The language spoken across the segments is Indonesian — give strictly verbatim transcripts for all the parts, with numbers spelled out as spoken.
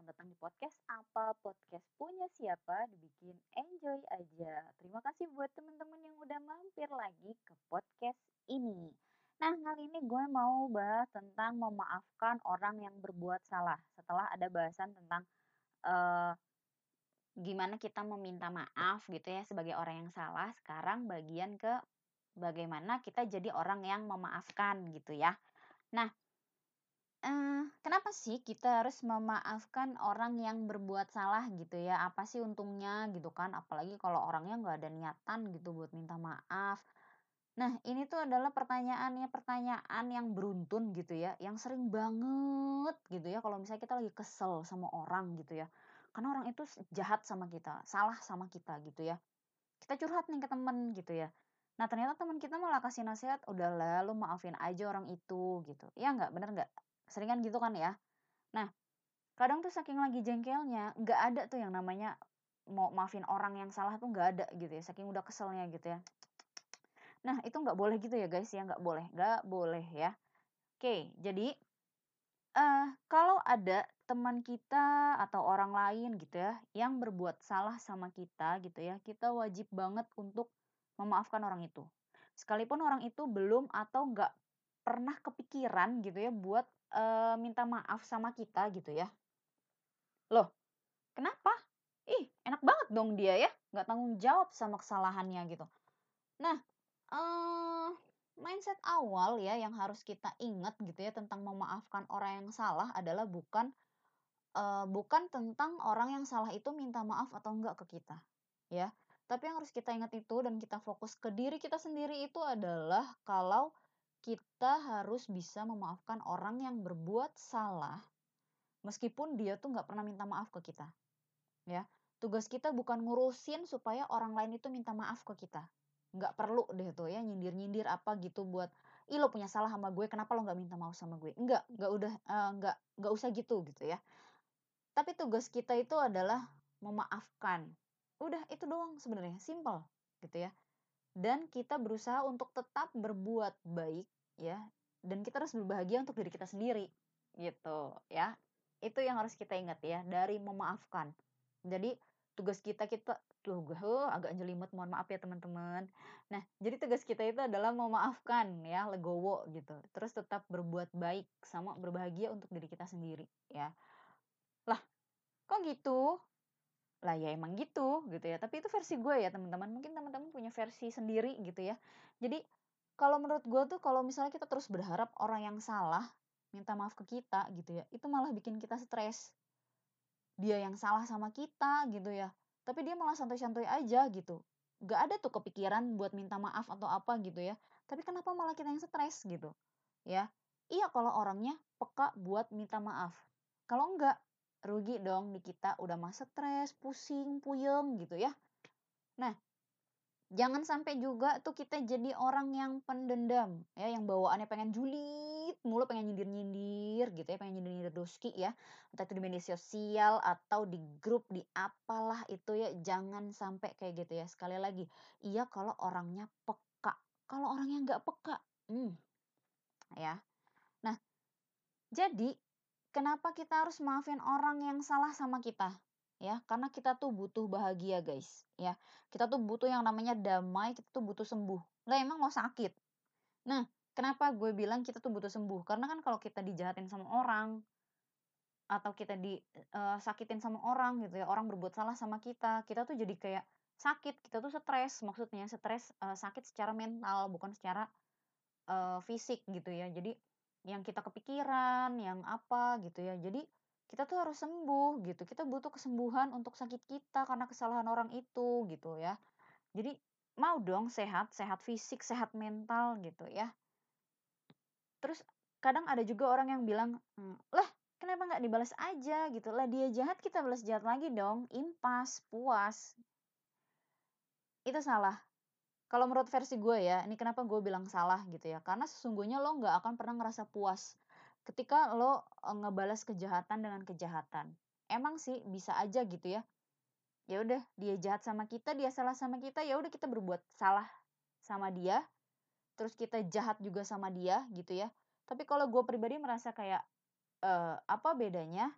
datang di podcast apa, podcast punya siapa, dibikin enjoy aja. Terima kasih buat teman-teman yang udah mampir lagi ke podcast ini. Nah, kali ini gue mau bahas tentang memaafkan orang yang berbuat salah. Setelah ada bahasan tentang eh, gimana kita meminta maaf gitu ya sebagai orang yang salah, sekarang bagian ke bagaimana kita jadi orang yang memaafkan gitu ya. Nah, Eee, kenapa sih kita harus memaafkan orang yang berbuat salah gitu ya? Apa sih untungnya gitu kan? Apalagi kalau orangnya nggak ada niatan gitu buat minta maaf. Nah, ini tuh adalah pertanyaannya pertanyaan yang beruntun gitu ya, yang sering banget gitu ya kalau misalnya kita lagi kesel sama orang gitu ya. Karena orang itu s jahat sama kita, salah sama kita gitu ya. Kita curhat nih ke temen gitu ya. Nah, ternyata teman kita malah kasih nasihat, "Udahlah lu maafin aja orang itu," gitu. Iya nggak? Bener nggak? Seringan gitu kan ya? Nah, kadang tuh saking lagi jengkelnya, nggak ada tuh yang namanya mau maafin orang yang salah tuh nggak ada gitu ya, saking udah keselnya gitu ya. Nah, itu nggak boleh gitu ya guys ya, nggak boleh, nggak boleh ya. Oke, jadi eh kalau ada teman kita atau orang lain gitu ya, yang berbuat salah sama kita gitu ya, kita wajib banget untuk memaafkan orang itu. Sekalipun orang itu belum atau nggak pernah kepikiran gitu ya buat eh, minta maaf sama kita gitu ya. Loh, kenapa? Ih, enak banget dong dia ya, nggak tanggung jawab sama kesalahannya gitu. Nah, eee, mindset awal ya yang harus kita ingat gitu ya tentang memaafkan orang yang salah adalah bukan, eee, bukan tentang orang yang salah itu minta maaf atau enggak ke kita, ya. Tapi yang harus kita ingat itu dan kita fokus ke diri kita sendiri itu adalah kalau kita harus bisa memaafkan orang yang berbuat salah, meskipun dia tuh nggak pernah minta maaf ke kita. Ya, tugas kita bukan ngurusin supaya orang lain itu minta maaf ke kita. Nggak perlu deh tuh ya nyindir-nyindir apa gitu buat, "Ih lo punya salah sama gue, kenapa lo nggak minta maaf sama gue?" Enggak, nggak udah, eee, nggak nggak usah gitu, gitu ya. Tapi tugas kita itu adalah memaafkan. Udah itu doang sebenarnya, simple gitu ya. Dan kita berusaha untuk tetap berbuat baik ya, dan kita harus berbahagia untuk diri kita sendiri, gitu ya. Itu yang harus kita ingat ya, dari memaafkan. Jadi tugas kita kita tuh gue huh, agak jelimet, mohon maaf ya teman-teman. Nah, jadi tugas kita itu adalah memaafkan ya, legowo gitu. Terus tetap berbuat baik sama berbahagia untuk diri kita sendiri ya. Lah, kok gitu? Lah ya emang gitu, gitu ya. Tapi itu versi gue ya teman-teman. Mungkin teman-teman punya versi sendiri gitu ya. Jadi kalau menurut gue tuh kalau misalnya kita terus berharap orang yang salah minta maaf ke kita gitu ya, itu malah bikin kita stres. Dia yang salah sama kita gitu ya. Tapi dia malah santuy-santuy aja gitu. Gak ada tuh kepikiran buat minta maaf atau apa gitu ya. Tapi kenapa malah kita yang stres gitu? Ya. Iya kalau orangnya peka buat minta maaf. Kalau enggak, rugi dong di kita udah mah stres, pusing, puyeng gitu ya. Nah, jangan sampai juga tuh kita jadi orang yang pendendam ya, yang bawaannya pengen julid mulu, pengen nyindir-nyindir gitu ya, pengen nyindir-nyindir doski ya. Entah itu di media sosial atau di grup, di apalah itu ya, jangan sampai kayak gitu ya. Sekali lagi, iya kalau orangnya peka. Kalau orangnya nggak peka, hmm, ya. Nah, jadi, kenapa kita harus maafin orang yang salah sama kita? Ya, karena kita tuh butuh bahagia, guys. Ya, kita tuh butuh yang namanya damai, kita tuh butuh sembuh. Lah emang mau sakit. Nah, kenapa gue bilang kita tuh butuh sembuh? Karena kan kalau kita dijahatin sama orang atau kita disakitin sama orang gitu ya, orang berbuat salah sama kita, kita tuh jadi kayak sakit, kita tuh stres, maksudnya stres, eh, sakit secara mental, bukan secara Eee, fisik gitu ya. Jadi yang kita kepikiran, yang apa gitu ya. Jadi kita tuh harus sembuh gitu. Kita butuh kesembuhan untuk sakit kita karena kesalahan orang itu gitu ya. Jadi mau dong sehat, sehat fisik, sehat mental gitu ya. Terus kadang ada juga orang yang bilang, mmm, "Lah kenapa nggak dibalas aja gitu? Lah dia jahat kita balas jahat lagi dong, impas, puas." Itu salah. Kalau menurut versi gue ya, ini kenapa gue bilang salah gitu ya, karena sesungguhnya lo nggak akan pernah ngerasa puas ketika lo, eee, ngebalas kejahatan dengan kejahatan. Emang sih bisa aja gitu ya, ya udah dia jahat sama kita, dia salah sama kita, ya udah kita berbuat salah sama dia, terus kita jahat juga sama dia gitu ya. Tapi kalau gue pribadi merasa kayak, eee, apa bedanya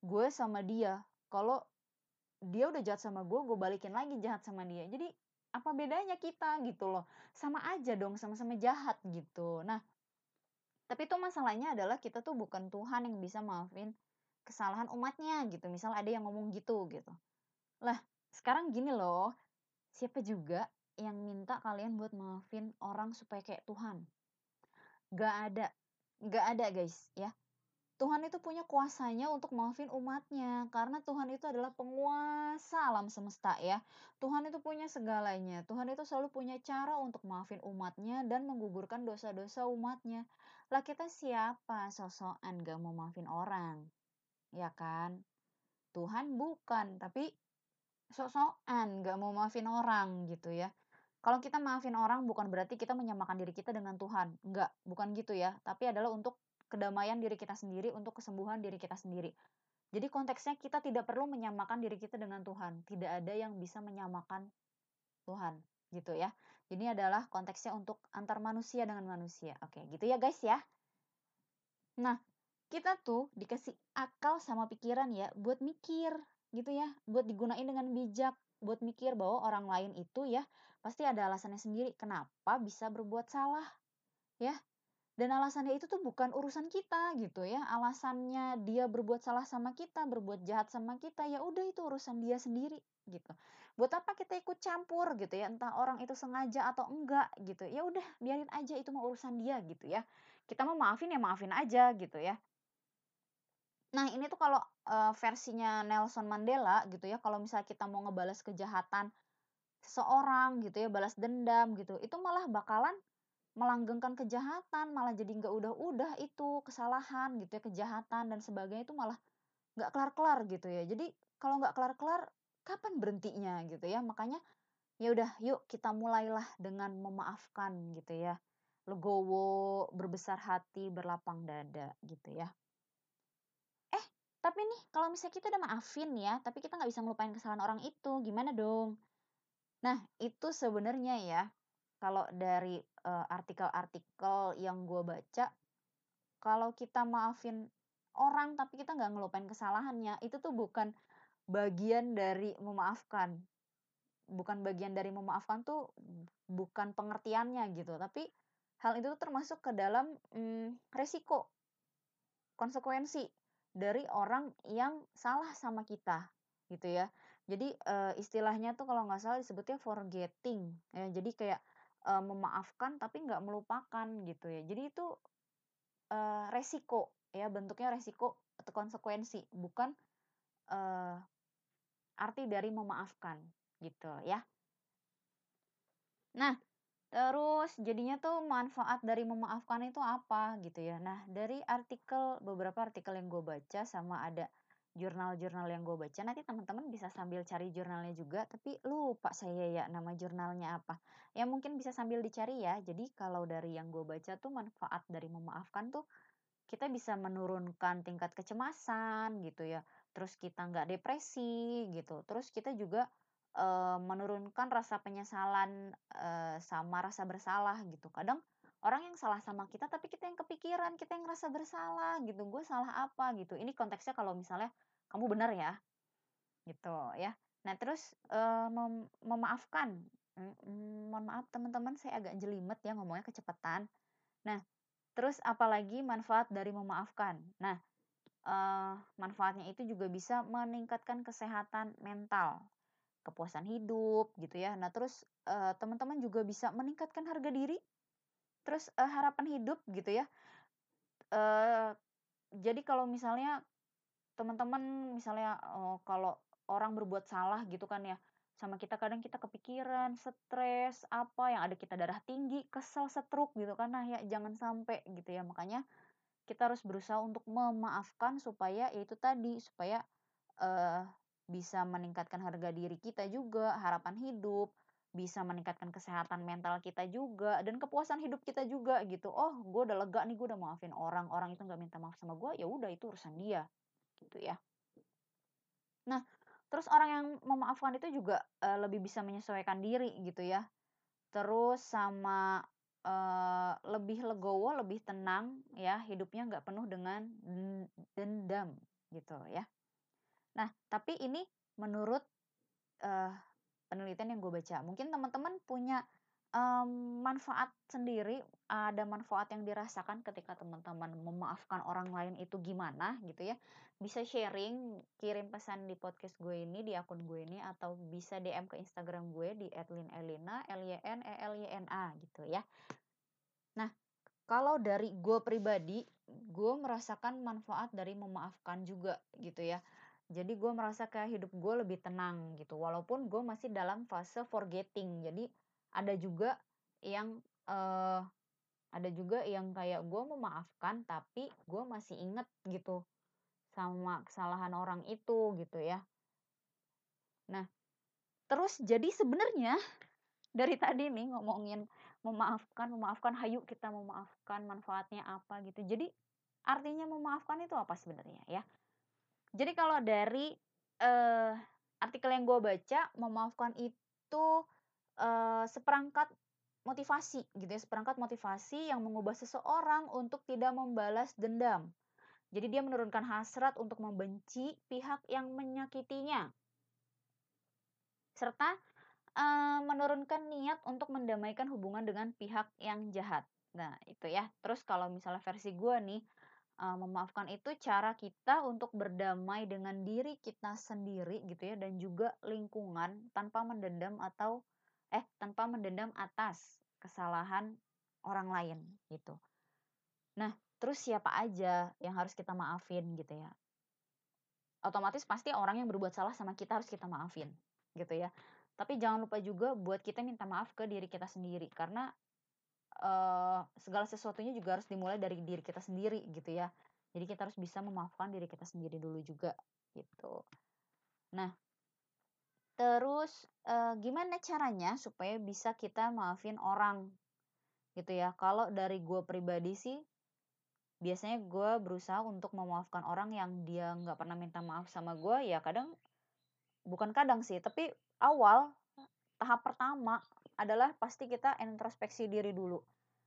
gue sama dia. Kalau dia udah jahat sama gue, gue balikin lagi jahat sama dia. Jadi apa bedanya kita gitu loh. Sama aja dong, sama-sama jahat gitu. Nah, tapi tuh masalahnya adalah kita tuh bukan Tuhan yang bisa maafin kesalahan umatnya gitu. Misal ada yang ngomong gitu gitu. Lah, sekarang gini loh, siapa juga yang minta kalian buat maafin orang supaya kayak Tuhan? Gak ada. Gak ada guys ya. Tuhan itu punya kuasanya untuk maafin umatnya. Karena Tuhan itu adalah penguasa alam semesta ya. Tuhan itu punya segalanya. Tuhan itu selalu punya cara untuk maafin umatnya dan menggugurkan dosa-dosa umatnya. Lah kita siapa sosokan gak mau maafin orang? Ya kan? Tuhan bukan, tapi sok-sokan gak mau maafin orang gitu ya. Kalau kita maafin orang bukan berarti kita menyamakan diri kita dengan Tuhan. Enggak, bukan gitu ya. Tapi adalah untuk kedamaian diri kita sendiri, untuk kesembuhan diri kita sendiri. Jadi konteksnya kita tidak perlu menyamakan diri kita dengan Tuhan. Tidak ada yang bisa menyamakan Tuhan gitu ya. Ini adalah konteksnya untuk antar manusia dengan manusia. Oke, gitu ya guys ya. Nah, kita tuh dikasih akal sama pikiran ya buat mikir gitu ya, buat digunain dengan bijak, buat mikir bahwa orang lain itu ya pasti ada alasannya sendiri kenapa bisa berbuat salah ya. Dan alasannya itu tuh bukan urusan kita gitu ya. Alasannya dia berbuat salah sama kita, berbuat jahat sama kita, ya udah itu urusan dia sendiri gitu. Buat apa kita ikut campur gitu ya, entah orang itu sengaja atau enggak gitu. Ya udah biarin aja itu mah urusan dia gitu ya. Kita mau maafin ya maafin aja gitu ya. Nah, ini tuh kalau, eee, versinya Nelson Mandela gitu ya, kalau misalnya kita mau ngebales kejahatan seseorang gitu ya, balas dendam gitu, itu malah bakalan melanggengkan kejahatan, malah jadi nggak udah-udah itu kesalahan gitu ya, kejahatan dan sebagainya itu malah nggak kelar-kelar gitu ya. Jadi kalau nggak kelar-kelar, kapan berhentinya gitu ya. Makanya ya udah yuk kita mulailah dengan memaafkan gitu ya. Legowo, berbesar hati, berlapang dada gitu ya. Eh, tapi nih kalau misalnya kita udah maafin ya, tapi kita nggak bisa ngelupain kesalahan orang itu, gimana dong? Nah, itu sebenarnya ya, kalau dari, eee, artikel-artikel yang gue baca, kalau kita maafin orang tapi kita nggak ngelupain kesalahannya, itu tuh bukan bagian dari memaafkan. Bukan bagian dari memaafkan tuh bukan pengertiannya gitu, tapi hal itu tuh termasuk ke dalam, mmm, resiko. Konsekuensi dari orang yang salah sama kita, gitu ya. Jadi, eee, istilahnya tuh kalau nggak salah disebutnya forgetting, ya. Jadi kayak, eee, memaafkan tapi nggak melupakan gitu ya. Jadi itu, eee, resiko ya, bentuknya resiko atau konsekuensi, bukan, eee, arti dari memaafkan, gitu ya. Nah, terus jadinya tuh manfaat dari memaafkan itu apa gitu ya. Nah, dari artikel beberapa artikel yang gue baca sama ada jurnal-jurnal yang gue baca, nanti teman-teman bisa sambil cari jurnalnya juga, tapi lupa saya ya nama jurnalnya apa. Ya mungkin bisa sambil dicari ya. Jadi kalau dari yang gue baca tuh manfaat dari memaafkan tuh kita bisa menurunkan tingkat kecemasan gitu ya. Terus kita nggak depresi gitu. Terus kita juga eh, menurunkan rasa penyesalan eh, sama rasa bersalah gitu. Kadang orang yang salah sama kita tapi kita yang kepikiran, kita yang ngerasa bersalah gitu. Gue salah apa gitu. Ini konteksnya kalau misalnya kamu benar ya gitu ya. Nah, terus eh, mem- memaafkan. Mm, mm, mohon maaf teman-teman saya agak jelimet ya ngomongnya kecepatan. Nah, terus apalagi manfaat dari memaafkan? Nah, eee, manfaatnya itu juga bisa meningkatkan kesehatan mental, kepuasan hidup gitu ya. Nah terus, eee, teman-teman juga bisa meningkatkan harga diri, terus, eee, harapan hidup gitu ya. Eee, jadi kalau misalnya teman-teman misalnya, eee, kalau orang berbuat salah gitu kan ya, sama kita kadang kita kepikiran, stres, apa, yang ada kita darah tinggi, kesel, stroke gitu kan. Nah ya jangan sampai gitu ya. Makanya kita harus berusaha untuk memaafkan supaya ya itu tadi, supaya, eee, bisa meningkatkan harga diri kita juga, harapan hidup, bisa meningkatkan kesehatan mental kita juga, dan kepuasan hidup kita juga gitu. "Oh, gue udah lega nih, gue udah maafin orang, orang itu nggak minta maaf sama gue, ya udah itu urusan dia," gitu ya. Nah, terus orang yang memaafkan itu juga, eee, lebih bisa menyesuaikan diri gitu ya. Terus sama, eee, lebih legowo, lebih tenang ya, hidupnya nggak penuh dengan den dendam gitu ya. Nah, tapi ini menurut, eee, penelitian yang gue baca. Mungkin teman-teman punya, mmm, manfaat sendiri, ada manfaat yang dirasakan ketika teman-teman memaafkan orang lain itu gimana gitu ya. Bisa sharing, kirim pesan di podcast gue ini, di akun gue ini, atau bisa D M ke Instagram gue di et lyn elyna, L Y N E L Y N A gitu ya. Nah, kalau dari gue pribadi, gue merasakan manfaat dari memaafkan juga gitu ya. Jadi gue merasa kayak hidup gue lebih tenang gitu. Walaupun gue masih dalam fase forgetting. Jadi ada juga yang eh ada juga yang kayak gue memaafkan tapi gue masih inget gitu sama kesalahan orang itu gitu ya. Nah, terus jadi sebenarnya dari tadi nih ngomongin memaafkan memaafkan, hayu kita memaafkan, manfaatnya apa gitu. Jadi artinya memaafkan itu apa sebenarnya ya? Jadi kalau dari, eee, artikel yang gue baca, memaafkan itu, eee, seperangkat motivasi gitu ya, seperangkat motivasi yang mengubah seseorang untuk tidak membalas dendam. Jadi dia menurunkan hasrat untuk membenci pihak yang menyakitinya, serta Eee, menurunkan niat untuk mendamaikan hubungan dengan pihak yang jahat. Nah, itu ya. Terus kalau misalnya versi gue nih, eee, memaafkan itu cara kita untuk berdamai dengan diri kita sendiri gitu ya, dan juga lingkungan tanpa mendendam atau eh, tanpa mendendam atas kesalahan orang lain, gitu. Nah, terus siapa aja yang harus kita maafin gitu ya. Otomatis pasti orang yang berbuat salah sama kita harus kita maafin, gitu ya. Tapi jangan lupa juga buat kita minta maaf ke diri kita sendiri karena, eee, segala sesuatunya juga harus dimulai dari diri kita sendiri gitu ya. Jadi kita harus bisa memaafkan diri kita sendiri dulu juga, gitu. Nah, terus, eee, gimana caranya supaya bisa kita maafin orang, gitu ya. Kalau dari gue pribadi sih, biasanya gue berusaha untuk memaafkan orang yang dia nggak pernah minta maaf sama gue, ya kadang bukan kadang sih, tapi awal, tahap pertama adalah pasti kita introspeksi diri dulu.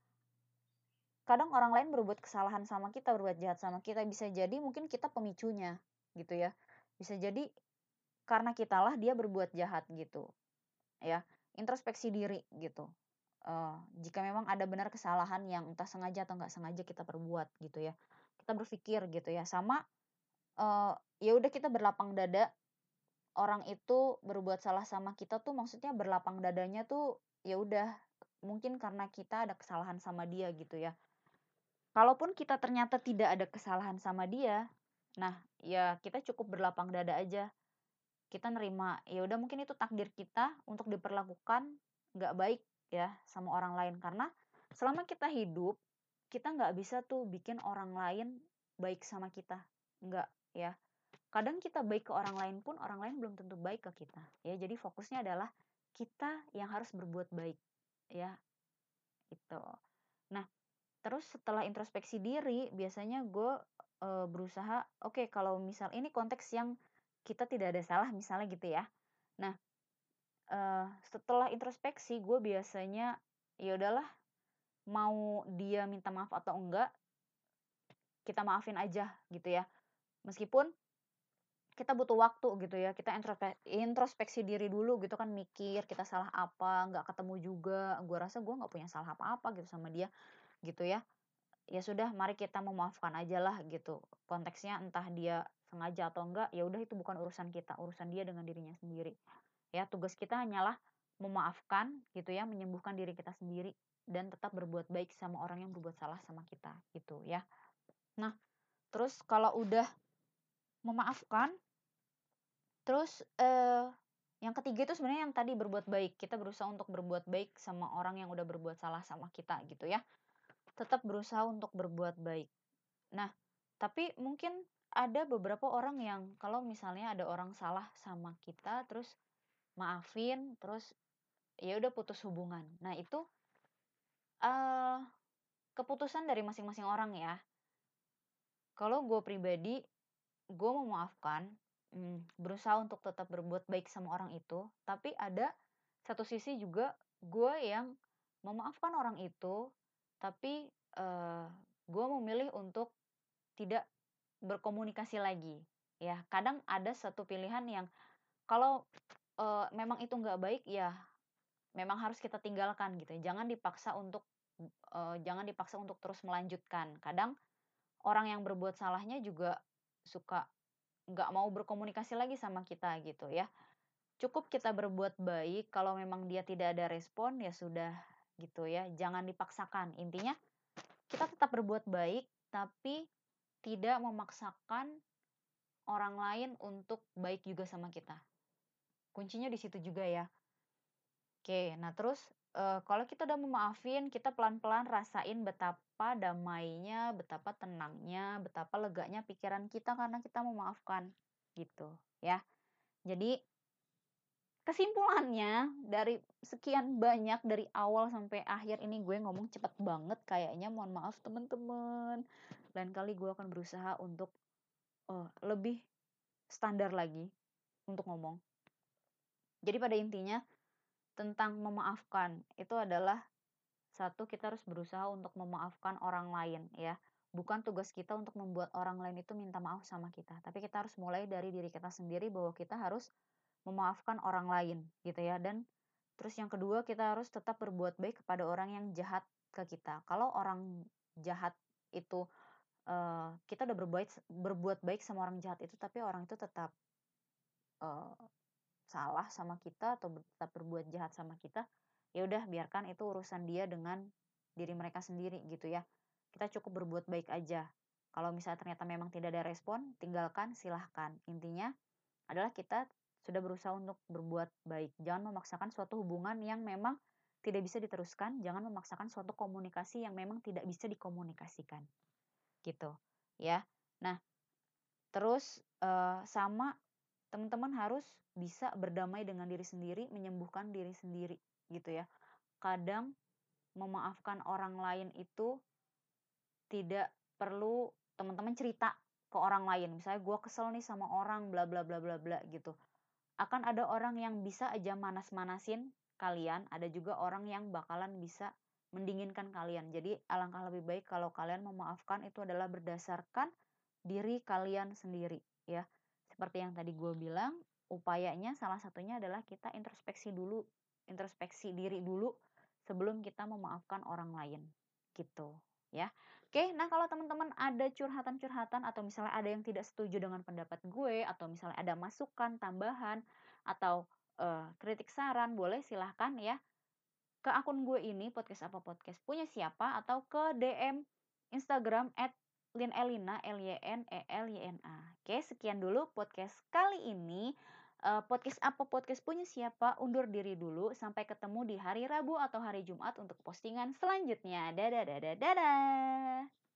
Kadang orang lain berbuat kesalahan sama kita, berbuat jahat sama kita, bisa jadi mungkin kita pemicunya, gitu ya. Bisa jadi karena kitalah dia berbuat jahat gitu, ya. Introspeksi diri gitu. Eh, jika memang ada benar kesalahan yang entah sengaja atau nggak sengaja kita perbuat gitu ya. Kita berpikir gitu ya. Sama eh, ya udah kita berlapang dada, orang itu berbuat salah sama kita tuh maksudnya berlapang dadanya tuh ya udah mungkin karena kita ada kesalahan sama dia gitu ya. Kalaupun kita ternyata tidak ada kesalahan sama dia, nah ya kita cukup berlapang dada aja. Kita nerima, ya udah mungkin itu takdir kita untuk diperlakukan nggak baik ya sama orang lain karena selama kita hidup kita nggak bisa tuh bikin orang lain baik sama kita, nggak ya. Kadang kita baik ke orang lain pun orang lain belum tentu baik ke kita ya. Jadi fokusnya adalah kita yang harus berbuat baik ya, itu. Nah, terus setelah introspeksi diri biasanya gue eh, berusaha oke, okay, kalau misal ini konteks yang kita tidak ada salah misalnya gitu ya. Nah, eh, setelah introspeksi gue biasanya ya udahlah, mau dia minta maaf atau enggak kita maafin aja gitu ya. Meskipun kita butuh waktu gitu ya, kita introspe introspeksi diri dulu gitu kan, mikir kita salah apa, nggak ketemu juga, gue rasa gue nggak punya salah apa-apa gitu sama dia, gitu ya. Ya sudah, mari kita memaafkan aja lah gitu. Konteksnya entah dia sengaja atau enggak, ya udah itu bukan urusan kita, urusan dia dengan dirinya sendiri. Ya, tugas kita hanyalah memaafkan gitu ya, menyembuhkan diri kita sendiri dan tetap berbuat baik sama orang yang berbuat salah sama kita gitu ya. Nah, terus kalau udah memaafkan, terus, eee, yang ketiga itu sebenarnya yang tadi berbuat baik. Kita berusaha untuk berbuat baik sama orang yang udah berbuat salah sama kita gitu ya. Tetap berusaha untuk berbuat baik. Nah, tapi mungkin ada beberapa orang yang kalau misalnya ada orang salah sama kita, terus maafin, terus ya udah putus hubungan. Nah, itu, eee, keputusan dari masing-masing orang ya. Kalau gue pribadi, gue memaafkan, mmm, berusaha untuk tetap berbuat baik sama orang itu, tapi ada satu sisi juga gue yang memaafkan orang itu, tapi, eee, gue memilih untuk tidak berkomunikasi lagi. ya. Kadang ada satu pilihan yang kalau, eee, memang itu nggak baik, ya memang harus kita tinggalkan gitu ya. Jangan dipaksa untuk, eee, jangan dipaksa untuk terus melanjutkan. Kadang orang yang berbuat salahnya juga suka nggak mau berkomunikasi lagi sama kita gitu ya. Cukup kita berbuat baik, kalau memang dia tidak ada respon, ya sudah gitu ya, jangan dipaksakan. Intinya kita tetap berbuat baik, tapi tidak memaksakan orang lain untuk baik juga sama kita. Kuncinya di situ juga ya. Oke, nah terus, eee, kalau kita udah memaafin, kita pelan-pelan rasain betapa damainya, betapa tenangnya, betapa leganya pikiran kita karena kita memaafkan, gitu ya. Jadi kesimpulannya, dari sekian banyak, dari awal sampai akhir ini gue ngomong cepet banget kayaknya, mohon maaf temen-temen. Lain kali gue akan berusaha untuk, eee, lebih standar lagi untuk ngomong. Jadi pada intinya tentang memaafkan, itu adalah satu, kita harus berusaha untuk memaafkan orang lain ya. Bukan tugas kita untuk membuat orang lain itu minta maaf sama kita, tapi kita harus mulai dari diri kita sendiri bahwa kita harus memaafkan orang lain gitu ya. Dan terus yang kedua, kita harus tetap berbuat baik kepada orang yang jahat ke kita. Kalau orang jahat itu, eee, kita udah berbuat berbuat baik sama orang jahat itu, tapi orang itu tetap, eee, salah sama kita atau ber tetap berbuat jahat sama kita, ya udah biarkan itu urusan dia dengan diri mereka sendiri gitu ya. Kita cukup berbuat baik aja. Kalau misalnya ternyata memang tidak ada respon, tinggalkan, silahkan. Intinya adalah kita sudah berusaha untuk berbuat baik. Jangan memaksakan suatu hubungan yang memang tidak bisa diteruskan, jangan memaksakan suatu komunikasi yang memang tidak bisa dikomunikasikan, gitu, ya. Nah, terus, eee, sama teman-teman harus bisa berdamai dengan diri sendiri, menyembuhkan diri sendiri, gitu ya. Kadang memaafkan orang lain itu tidak perlu teman-teman cerita ke orang lain. Misalnya gue kesel nih sama orang bla bla bla bla bla gitu. Akan ada orang yang bisa aja manas-manasin kalian, ada juga orang yang bakalan bisa mendinginkan kalian. Jadi alangkah lebih baik kalau kalian memaafkan itu adalah berdasarkan diri kalian sendiri ya. Seperti yang tadi gue bilang, upayanya salah satunya adalah kita introspeksi dulu, introspeksi diri dulu sebelum kita memaafkan orang lain gitu ya. Oke, nah kalau teman-teman ada curhatan-curhatan atau misalnya ada yang tidak setuju dengan pendapat gue atau misalnya ada masukan tambahan atau eh, kritik saran, boleh silahkan ya ke akun gue ini podcast apa podcast punya siapa atau ke D M Instagram at linelina l y n e l y n a. Oke, sekian dulu podcast kali ini. Eh, podcast apa podcast punya siapa undur diri dulu, sampai ketemu di hari Rabu atau hari Jumat untuk postingan selanjutnya. Dadah dadah dadah.